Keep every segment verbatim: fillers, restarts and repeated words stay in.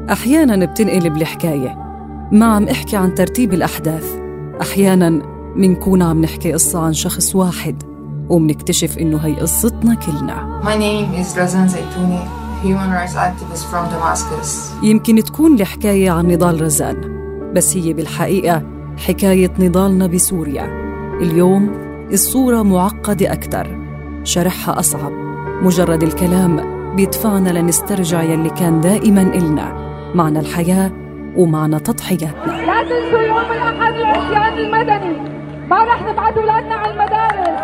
أحياناً بتنقلب الحكاية، ما عم احكي عن ترتيب الأحداث. أحياناً منكون عم نحكي قصة عن شخص واحد ومنكتشف إنه هي قصتنا كلنا. My name is Razan Zaitouni, human rights activist from Damascus. يمكن تكون الحكاية عن نضال رزان، بس هي بالحقيقة حكاية نضالنا بسوريا. اليوم الصورة معقدة أكتر، شرحها أصعب. مجرد الكلام بيدفعنا لنسترجع يلي كان دائماً إلنا، معنى الحياة ومعنى تضحياتنا. لا تنسوا يوم الأحد العصيان المدني، ما رح نبعد أولادنا على المدارس.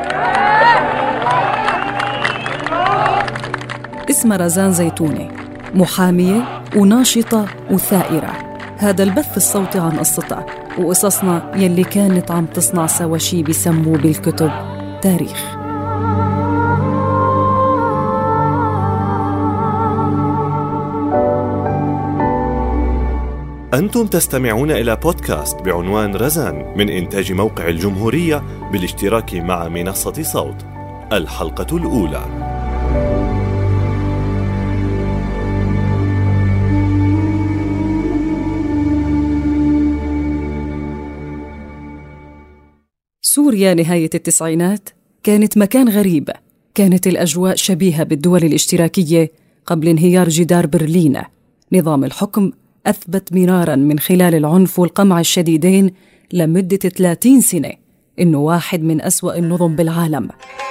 اسمها رزان زيتوني، محامية وناشطة وثائرة. هذا البث الصوتي عن قصتها وقصصنا يلي كانت عم تصنع سوا شي بيسموه بالكتب تاريخ. أنتم تستمعون إلى بودكاست بعنوان رزان من إنتاج موقع الجمهورية بالاشتراك مع منصة صوت. الحلقة الأولى. سوريا نهاية التسعينات كانت مكان غريب. كانت الأجواء شبيهة بالدول الاشتراكية قبل انهيار جدار برلين. نظام الحكم أثبت مرارا من خلال العنف والقمع الشديدين لمدة ثلاثين سنة إنه واحد من أسوأ النظم بالعالم.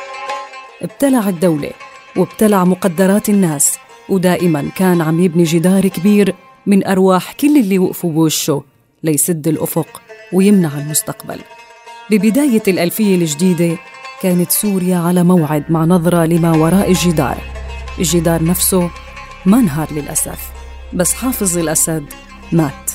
ابتلع الدولة وابتلع مقدرات الناس، ودائما كان عم يبني جدار كبير من أرواح كل اللي وقفوا بوشه ليسد الأفق ويمنع المستقبل. ببداية الألفية الجديدة كانت سوريا على موعد مع نظرة لما وراء الجدار. الجدار نفسه ما انهار للأسف، بس حافظ الأسد مات.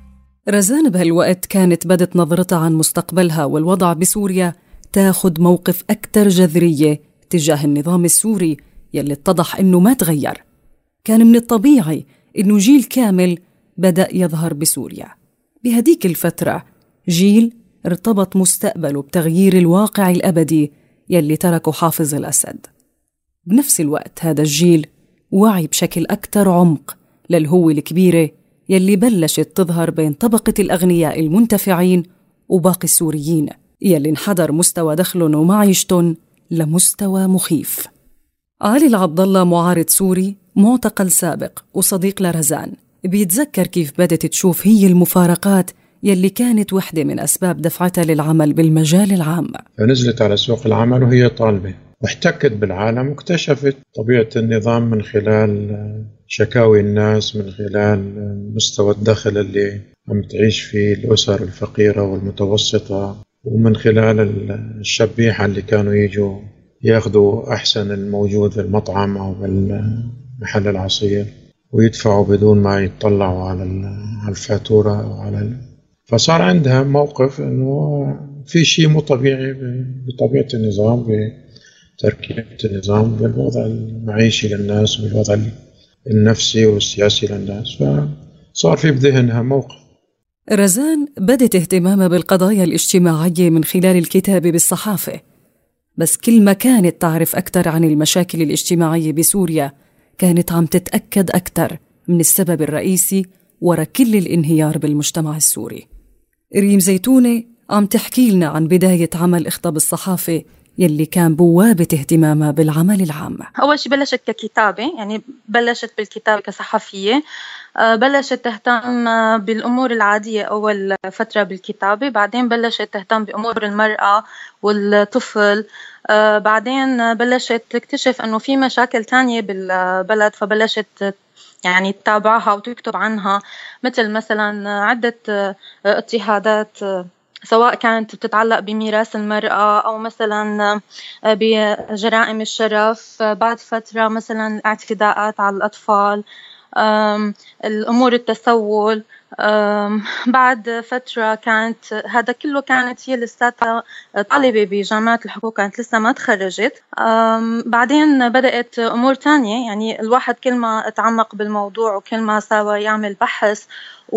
رزان بهالوقت كانت بدت نظرتها عن مستقبلها والوضع بسوريا تاخد موقف أكتر جذرية تجاه النظام السوري يلي اتضح إنه ما تغير. كان من الطبيعي إنه جيل كامل بدأ يظهر بسوريا. بهديك الفترة جيل ارتبط مستقبله بتغيير الواقع الأبدي يلي تركه حافظ الأسد. بنفس الوقت هذا الجيل وعي بشكل أكتر عمق للهوة الكبيرة يلي بلشت تظهر بين طبقة الأغنياء المنتفعين وباقي السوريين يلي انحدر مستوى دخلهم ومعيشتهم لمستوى مخيف. علي العبد الله معارض سوري معتقل سابق وصديق لرزان بيتذكر كيف بدت تشوف هي المفارقات يلي كانت وحدة من أسباب دفعتها للعمل بالمجال العام. فنزلت على سوق العمل وهي طالبة واحتكت بالعالم واكتشفت طبيعة النظام من خلال شكاوي الناس، من خلال مستوى الدخل اللي عم تعيش فيه الأسر الفقيرة والمتوسطة، ومن خلال الشبيحة اللي كانوا يجوا ياخدوا أحسن الموجود في المطعم أو بالمحل العصير ويدفعوا بدون ما يتطلعوا على الفاتورة أو على. فصار عندها موقف إنه في شيء مو طبيعي بطبيعة النظام، بتركيبة النظام، بالوضع المعيشي للناس وبالوضع النفسي والسياسي للناس. فصار في بذهنها موقف. رزان بدت اهتمامها بالقضايا الاجتماعية من خلال الكتابة بالصحافة، بس كل ما كانت تعرف أكثر عن المشاكل الاجتماعية بسوريا كانت عم تتأكد أكثر من السبب الرئيسي وراء كل الانهيار بالمجتمع السوري. ريم زيتوني عم تحكي لنا عن بداية عمل إخطاب الصحافة يلي كان بوابة اهتمامها بالعمل العام. أول شيء بلشت ككتابة، يعني بلشت بالكتابة كصحفية. بلشت تهتم بالأمور العادية أول فترة بالكتابة، بعدين بلشت تهتم بأمور المرأة والطفل. بعدين بلشت تكتشف أنه في مشاكل تانية بالبلد، فبلشت يعني تتابعها وتكتب عنها، مثل مثلا عدة اضطهادات سواء كانت بتتعلق بميراث المرأة أو مثلا بجرائم الشرف. بعد فترة مثلا اعتداءات على الأطفال، الأمور التسول. بعد فترة كانت هذا كله كانت هي لساتها طالبة بجامعة الحقوق، كانت لسه ما تخرجت. بعدين بدأت أمور تانية، يعني الواحد كل ما اتعمق بالموضوع وكل ما سوى يعمل بحث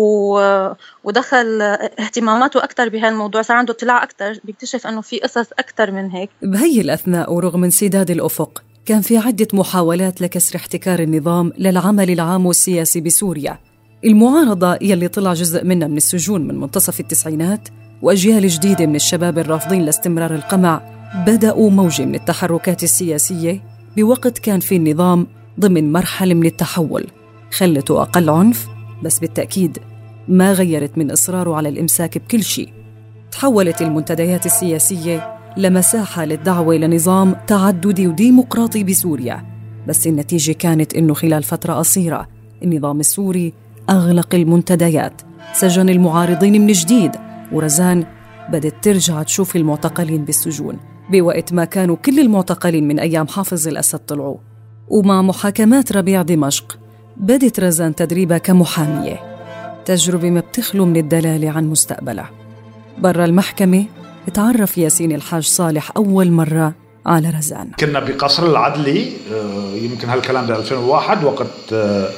ودخل اهتماماته أكتر بهالموضوع، صار عنده اطلاع أكتر، بيكتشف أنه في قصص أكتر من هيك. بهي الأثناء ورغم انسداد الأفق كان في عدة محاولات لكسر احتكار النظام للعمل العام والسياسي بسوريا. المعارضة يلي طلع جزء منها من السجون من منتصف التسعينات وأجيال جديدة من الشباب الرافضين لاستمرار القمع بدأوا موجة من التحركات السياسية بوقت كان في النظام ضمن مرحلة من التحول خلته أقل عنف، بس بالتأكيد ما غيرت من إصراره على الإمساك بكل شيء. تحولت المنتديات السياسية لمساحة للدعوة لنظام تعددي وديمقراطي بسوريا، بس النتيجة كانت إنه خلال فترة قصيرة النظام السوري أغلق المنتديات، سجن المعارضين من جديد، ورزان بدت ترجع تشوف المعتقلين بالسجون بوقت ما كانوا كل المعتقلين من أيام حافظ الأسد طلعوا. ومع محاكمات ربيع دمشق بدت رزان تدريبها كمحامية، تجربة ما بتخلو من الدلالة عن مستقبلها. برا المحكمة تعرف ياسين الحاج صالح أول مرة على رزان. كنا بقصر العدلي، يمكن هالكلام ب ألفين وواحد، وقت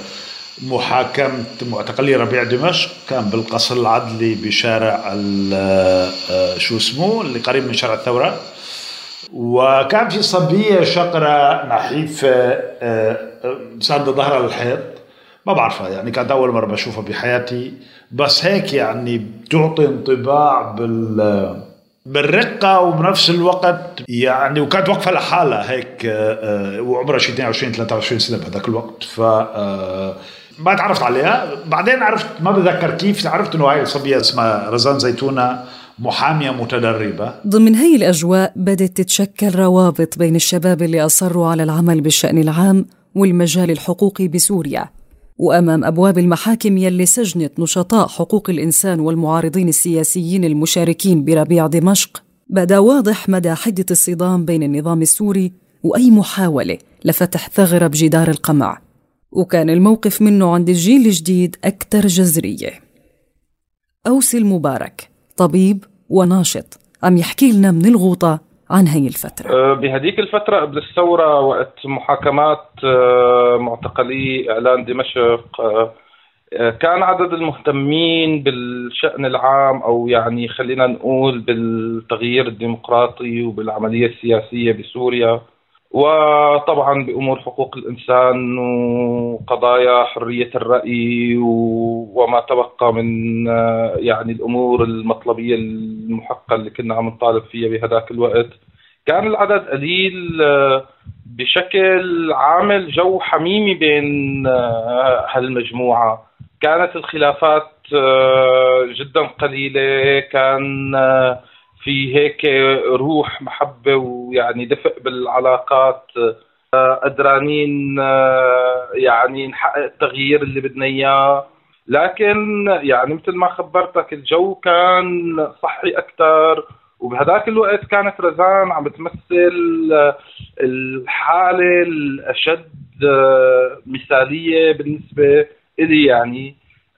محاكمة معتقلي ربيع دمشق كان بالقصر العدلي بشارع شو اسمه اللي قريب من شارع الثورة، وكان في صبية شقرة نحيفة ساندة ظهرها للحيط، ما بعرفها يعني، كانت أول مرة بشوفها بحياتي، بس هيك يعني بتعطي انطباع بال بالرقة وبنفس الوقت يعني، وكانت وقفة لحالها هيك، وعمرها شي اثنين وعشرين ثلاثة وعشرين سنة بهذاك الوقت. ف ما تعرفت عليها، بعدين عرفت، ما بذكر كيف عرفت إنه هاي الصبية اسمها رزان زيتونة، محامية متدربة. ضمن هاي الأجواء بدت تتشكل روابط بين الشباب اللي أصروا على العمل بالشأن العام والمجال الحقوقي بسوريا، وأمام أبواب المحاكم يلي سجنت نشطاء حقوق الإنسان والمعارضين السياسيين المشاركين بربيع دمشق، بدا واضح مدى حدة الصدام بين النظام السوري وأي محاولة لفتح ثغرة بجدار القمع، وكان الموقف منه عند الجيل الجديد أكثر جذرية. أوسي المبارك طبيب وناشط عم يحكي لنا من الغوطة عن هاي الفترة. بهديك الفترة قبل الثورة، وقت محاكمات معتقلي إعلان دمشق، كان عدد المهتمين بالشأن العام، أو يعني خلينا نقول بالتغيير الديمقراطي وبالعملية السياسية بسوريا، وطبعا بأمور حقوق الإنسان وقضايا حرية الرأي وما تبقى من يعني الأمور المطلبية المحقة اللي كنا عم نطالب فيها بهذاك الوقت. كان العدد قليل بشكل عامل جو حميمي بين هالمجموعة، كانت الخلافات جدا قليلة، كان في هيك روح محبة ويعني دفء بالعلاقات، قدرانين يعني نحقق التغيير اللي بدنا إياه. لكن يعني مثل ما خبرتك الجو كان صحي أكتر، وبهذاك الوقت كانت رزان عم بتمثل الحالة الأشد مثالية بالنسبة إلي، يعني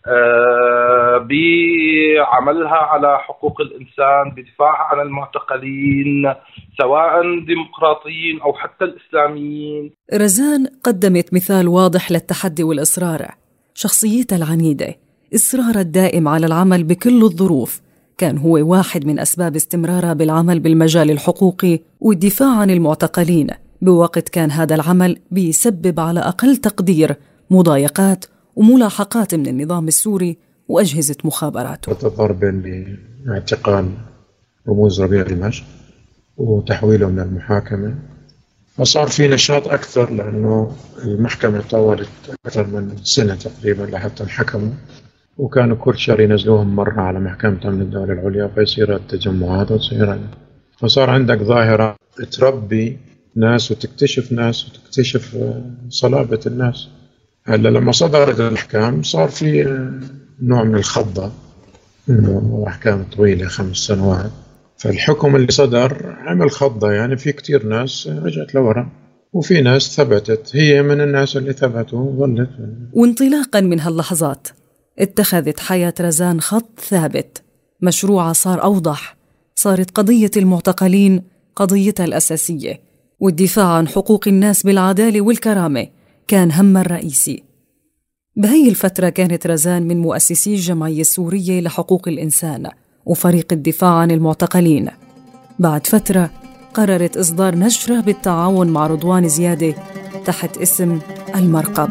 بعملها على حقوق الإنسان، بدفاعها عن المعتقلين سواء ديمقراطيين أو حتى الإسلاميين. رزان قدمت مثال واضح للتحدي والإصرار، شخصيتها العنيدة، إصرارها الدائم على العمل بكل الظروف، كان هو واحد من أسباب استمرارها بالعمل بالمجال الحقوقي والدفاع عن المعتقلين، بوقت كان هذا العمل بيسبب على أقل تقدير مضايقات وملاحقات من النظام السوري وأجهزة مخابراته. الضرب باعتقال رموز ربيع دمشق وتحويله من المحاكمة، فصار في نشاط أكثر، لأنه المحكمة طولت أكثر من سنة تقريبا لحتى انحكموا، وكانوا كل شهر ينزلوهم مرة على محكمة أمن الدولة العليا، فيصير التجمعات وتصير، فصار عندك ظاهرة تربي ناس وتكتشف ناس وتكتشف صلابة الناس. هلا لما صدرت الأحكام صار في نوع من الخضة، إنه أحكام طويلة خمس سنوات، فالحكم اللي صدر عمل خضة، يعني في كتير ناس رجعت لورا وفي ناس ثبتت، هي من الناس اللي ثبتوا ظلت. وانطلاقا من هاللحظات اتخذت حياة رزان خط ثابت، مشروعها صار أوضح، صارت قضية المعتقلين قضيتها الأساسية، والدفاع عن حقوق الناس بالعدالة والكرامة كان همها الرئيسي. بهي الفترة كانت رزان من مؤسسي الجمعية السورية لحقوق الإنسان وفريق الدفاع عن المعتقلين. بعد فترة قررت إصدار نشرة بالتعاون مع رضوان زيادة تحت اسم المرقب،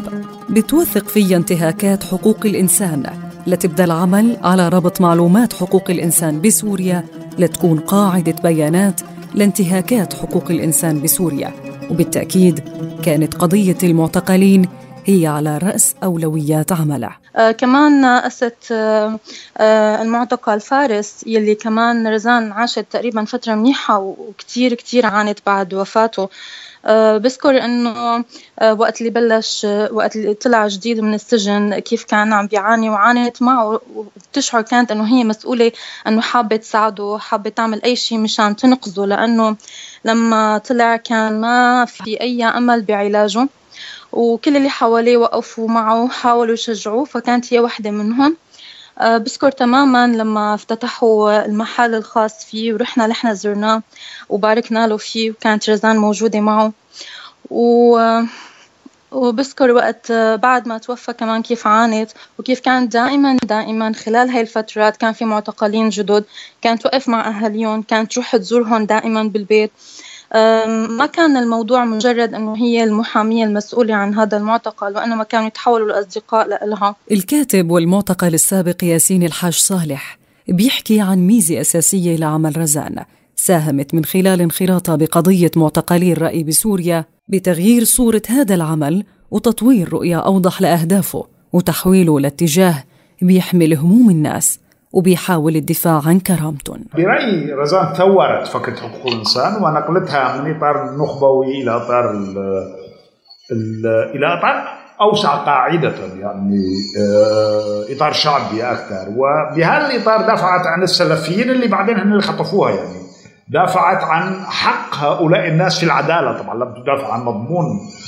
بتوثق فيها انتهاكات حقوق الإنسان، لتبدأ العمل على ربط معلومات حقوق الإنسان بسوريا لتكون قاعدة بيانات لانتهاكات حقوق الإنسان بسوريا. وبالتأكيد كانت قضية المعتقلين هي على رأس أولويات عمله. آه كمان أسد آه آه المعتقل فارس يلي كمان رزان عاشت تقريبا فترة منيحة وكتير كتير عانت بعد وفاته. أه بذكر إنه أه وقت اللي بلش أه وقت اللي طلع جديد من السجن كيف كان عم بيعاني وعانت معه، وبتشعر كانت إنه هي مسؤولة، إنه حابة تساعده، حابة تعمل أي شيء مشان تنقذه، لأنه لما طلع كان ما في أي أمل بعلاجه، وكل اللي حواليه وقفوا معه حاولوا يشجعوه، فكانت هي واحدة منهم. أه بذكر تماما لما افتتحوا المحل الخاص فيه ورحنا نحن زرناه وباركنا له فيه، وكانت رزان موجودة معه. و... وبذكر وقت بعد ما توفى كمان كيف عانت، وكيف كانت دائما دائما خلال هاي الفترات كان في معتقلين جدد، كانت توقف مع أهاليهم، كانت تروح تزورهم دائما بالبيت. ما كان الموضوع مجرد أنه هي المحامية المسؤولة عن هذا المعتقل، وإنما كانوا يتحولوا لأصدقاء لها. الكاتب والمعتقل السابق ياسين الحاج صالح بيحكي عن ميزة أساسية لعمل رزان ساهمت من خلال انخراطها بقضية معتقلي الرأي بسوريا بتغيير صورة هذا العمل وتطوير رؤية أوضح لأهدافه وتحويله لاتجاه بيحمل هموم الناس وبيحاول الدفاع عن كرامتهم. برأيي رزان ثورت فكرة حقوق الإنسان ونقلتها من إطار النخبوي إلى إطار ال ال إلى إطار أوسع قاعدة، يعني إطار شعبي أكثر. وبهذا الإطار دافعت عن السلفيين اللي بعدين هن اللي خطفوها، يعني دافعت عن حق هؤلاء الناس في العدالة. طبعا لم تدافع عن مضمون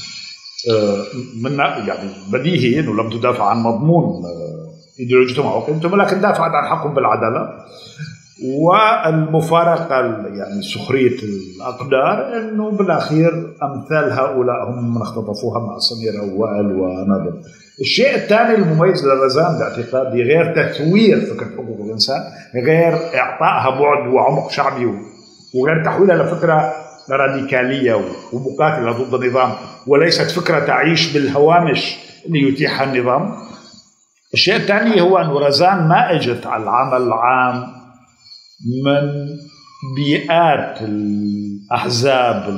من يعني بديهي إنه لم تدافع عن مضمون إيديولوجيتهم أو قيمتهم، لكن دافعت عن حقهم بالعدالة والمفارقة، يعني سخرية الأقدار، إنه بالأخير أمثال هؤلاء هم من اختطفوها مع سمير وائل ونادر. الشيء الثاني المميز لرزان باعتقادي غير تثوير فكرة حقوق الإنسان، غير إعطائها بعد وعمق شعبي، وغير تحويلها لفكرة راديكالية ومقاتلة ضد النظام، وليست فكرة تعيش بالهوامش اللي يتيحها النظام. الشيء الثاني هو أن رزان ما اجت على العمل العام من بيئات الأحزاب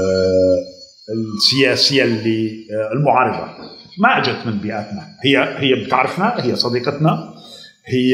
السياسية اللي المعارضة، ما اجت من بيئاتنا. هي هي بتعرفنا، هي صديقتنا، هي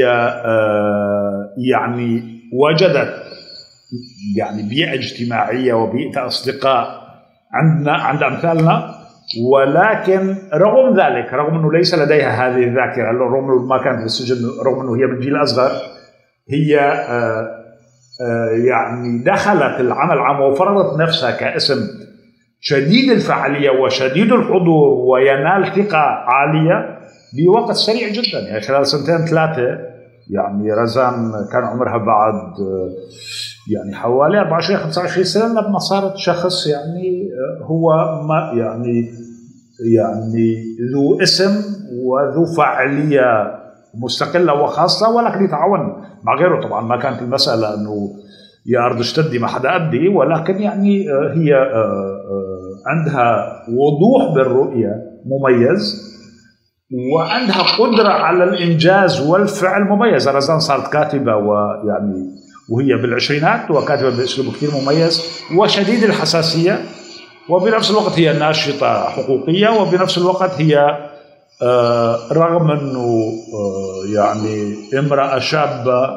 يعني وجدت يعني بيئة اجتماعية وبيئة أصدقاء عندنا عند أمثالنا، ولكن رغم ذلك، رغم أنه ليس لديها هذه الذاكرة، رغم أنه ما كانت في السجن، رغم أنه هي من جيل أصغر، هي آآ آآ يعني دخلت العمل العام وفرضت نفسها كاسم شديد الفعالية وشديد الحضور وينال ثقة عالية بوقت سريع جدا. يعني خلال سنتين ثلاثة، يعني رزان كان عمرها بعد يعني حوالي أربعة وعشرين خمسة وعشرين سنة لما صارت شخص يعني هو ما يعني يعني ذو اسم وذو فعالية مستقلة وخاصة، ولكن يتعاون مع غيره. طبعا ما كانت المسألة أنه يا أرض اشتدي ما حدا أدي، ولكن يعني هي عندها وضوح بالرؤية مميز، وعندها قدرة على الإنجاز والفعل مميز. رزان صارت كاتبة ويعني وهي بالعشرينات وكاتبة بأسلوب كثير مميز وشديد الحساسية، وبنفس الوقت هي ناشطة حقوقية، وبنفس الوقت هي رغم أنه يعني امرأة شابة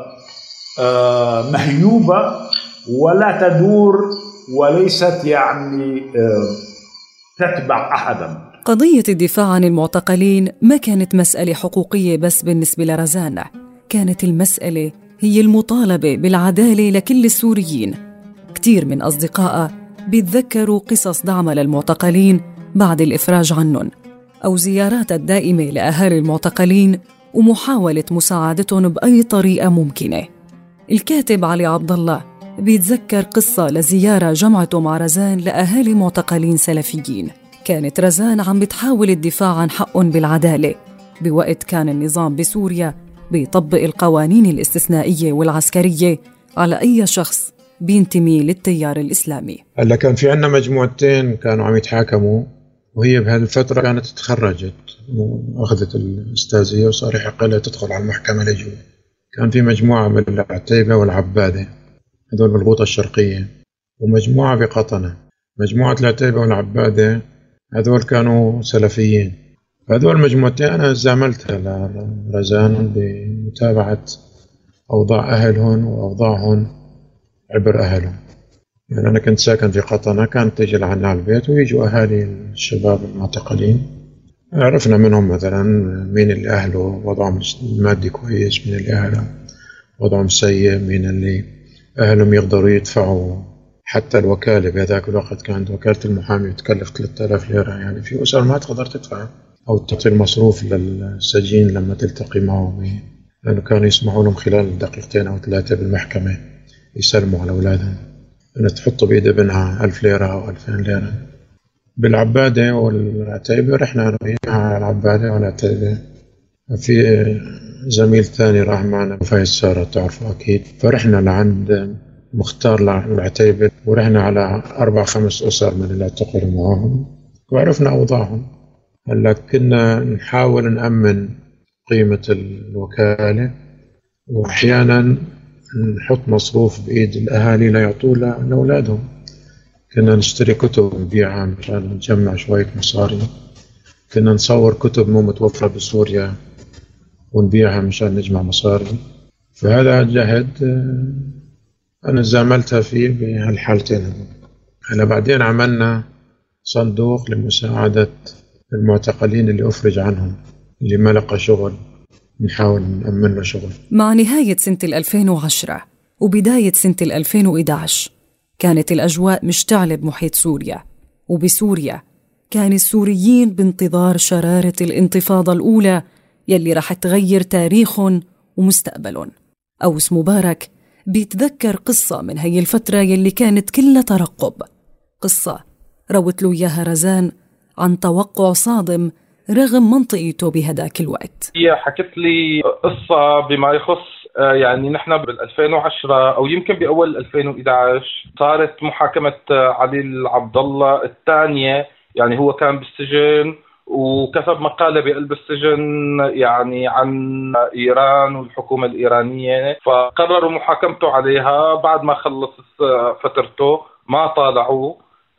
مهيوبة ولا تدور وليست يعني تتبع أحدا. قضية الدفاع عن المعتقلين ما كانت مسألة حقوقية بس بالنسبة لرزان، كانت المسألة هي المطالبة بالعدالة لكل السوريين. كتير من أصدقائها بيتذكروا قصص دعمها للمعتقلين بعد الإفراج عنهم، أو زيارات الدائمة لأهالي المعتقلين ومحاولة مساعدتهم بأي طريقة ممكنة. الكاتب علي عبد الله بيتذكر قصة لزيارة جمعته مع رزان لأهالي معتقلين سلفيين. كانت رزان عم بتحاول الدفاع عن حقهم بالعدالة بوقت كان النظام بسوريا بيطبق القوانين الاستثنائية والعسكرية على أي شخص بينتمي للتيار الإسلامي. هلا كان في عنا مجموعتين كانوا عم يتحاكموا، وهي بهذه الفترة كانت تخرجت وأخذت الأستاذية وصار يحق لها تدخل على المحكمة لجوء. كان في مجموعة بالعتيبة والعبادة هذول بالغوطة الشرقية، ومجموعة بقطنة. مجموعة العتيبة والعبادة هذول كانوا سلفيين. هذول المجموعتين أنا زاملتها لرزان بمتابعة أوضاع أهلهم وأوضاعهم عبر أهلهم. يعني أنا كنت ساكن في قطنة، كانت تجي لعنا على البيت ويجوا أهالي الشباب المعتقلين، عرفنا منهم مثلا مين اللي أهله وضعهم المادي كويس، مين اللي أهله وضعهم سيء، مين اللي أهلهم يقدروا يدفعوا حتى الوكالة. بهذاك الوقت كانت وكالة المحامي تكلف ثلاثة آلاف ليرة، يعني في أسر ما تقدر تدفع أو تعطي المصروف للسجين لما تلتقي معه، لأنه كانوا يسمحوا لهم خلال دقيقتين أو ثلاثة بالمحكمة يسلموا على أولادهم، أن تحط بإيد ابنها ألف ليرة أو ألفين ليرة. بالعبادة والعتيبة رحنا أنا وياها على العبادة والعتيبة. في زميل ثاني راح معنا فايز سارة تعرفوا أكيد، فرحنا لعند مختار العتيبة ورحنا على أربع خمس أسر من اللي اعتقلوا معهم وعرفنا أوضاعهم. هلا كنا نحاول نأمن قيمة الوكالة، وأحيانا نحط مصروف بإيد الأهالي لا يعطوه لأولادهم. كنا نشتري كتب نبيعها مشان نجمع شوية مصاري، كنا نصور كتب مو متوفرة بسوريا ونبيعها مشان نجمع مصاري. فهذا جهد أنا زاملتها فيه بهالحالتين. هلا بعدين عملنا صندوق لمساعدة المعتقلين اللي أفرج عنهم، اللي ما لقى شغل نحاول نأمن له شغل. مع نهاية سنة ألفين وعشرة وبداية سنة ألفين وإحدى عشر كانت الأجواء مشتعلة بمحيط سوريا، وبسوريا كان السوريين بانتظار شرارة الانتفاضة الأولى يلي رح تغير تاريخهم ومستقبلهم. أوس مبارك بيتذكر قصة من هي الفترة يلي كانت كلها ترقب، قصة روت له إياها رزان عن توقع صادم رغم منطقته بهداك الوقت. هي حكت لي قصة بما يخص يعني نحن بالألفين وعشرة أو يمكن بأول ألفين وإحدى عشر صارت محاكمة علي العبد الله الثانية. يعني هو كان بالسجن وكتب مقالة بقلب السجن يعني عن إيران والحكومة الإيرانية، فقرروا محاكمته عليها. بعد ما خلص فترته ما طالعوه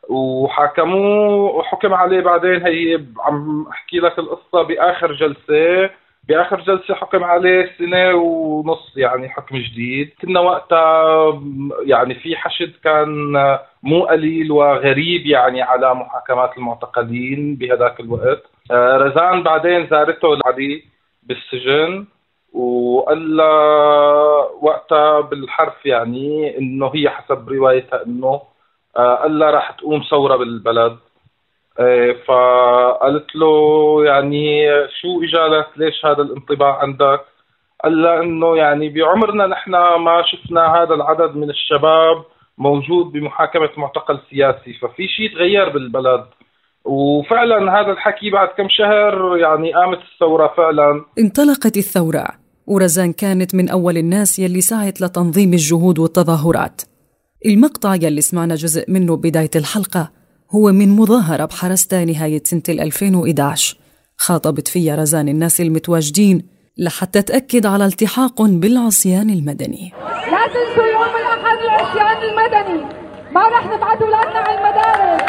وحاكموه وحكم عليه. بعدين هي عم احكي لك القصة بآخر جلسة بآخر جلسة حكم عليه سنة ونص، يعني حكم جديد. كنا وقتها يعني في حشد كان مو قليل وغريب يعني على محاكمات المعتقلين بهذاك الوقت. رزان بعدين زارته علي بالسجن وقال وقتها بالحرف يعني انه هي حسب روايتها انه قال لها راح تقوم ثورة بالبلد. فقالت له يعني شو إجالك، ليش هذا الانطباع عندك؟ قال لها إنه يعني بعمرنا نحن ما شفنا هذا العدد من الشباب موجود بمحاكمة معتقل سياسي، ففي شيء تغير بالبلد. وفعلا هذا الحكي بعد كم شهر يعني قامت الثورة فعلا. انطلقت الثورة ورزان كانت من أول الناس يلي سعت لتنظيم الجهود والتظاهرات. المقطع يلي سمعنا جزء منه بداية الحلقة هو من مظاهرة بحرستا نهاية سنة ألفين وإحدى عشر خاطبت فيها رزان الناس المتواجدين لحتى تأكد على التحاقهم بالعصيان المدني. لا تنسوا يوم الأحد العصيان المدني، ما رح نبعد أولادنا على المدارس.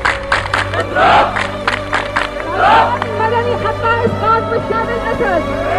المدني حتى إسقاط بشار الأسد.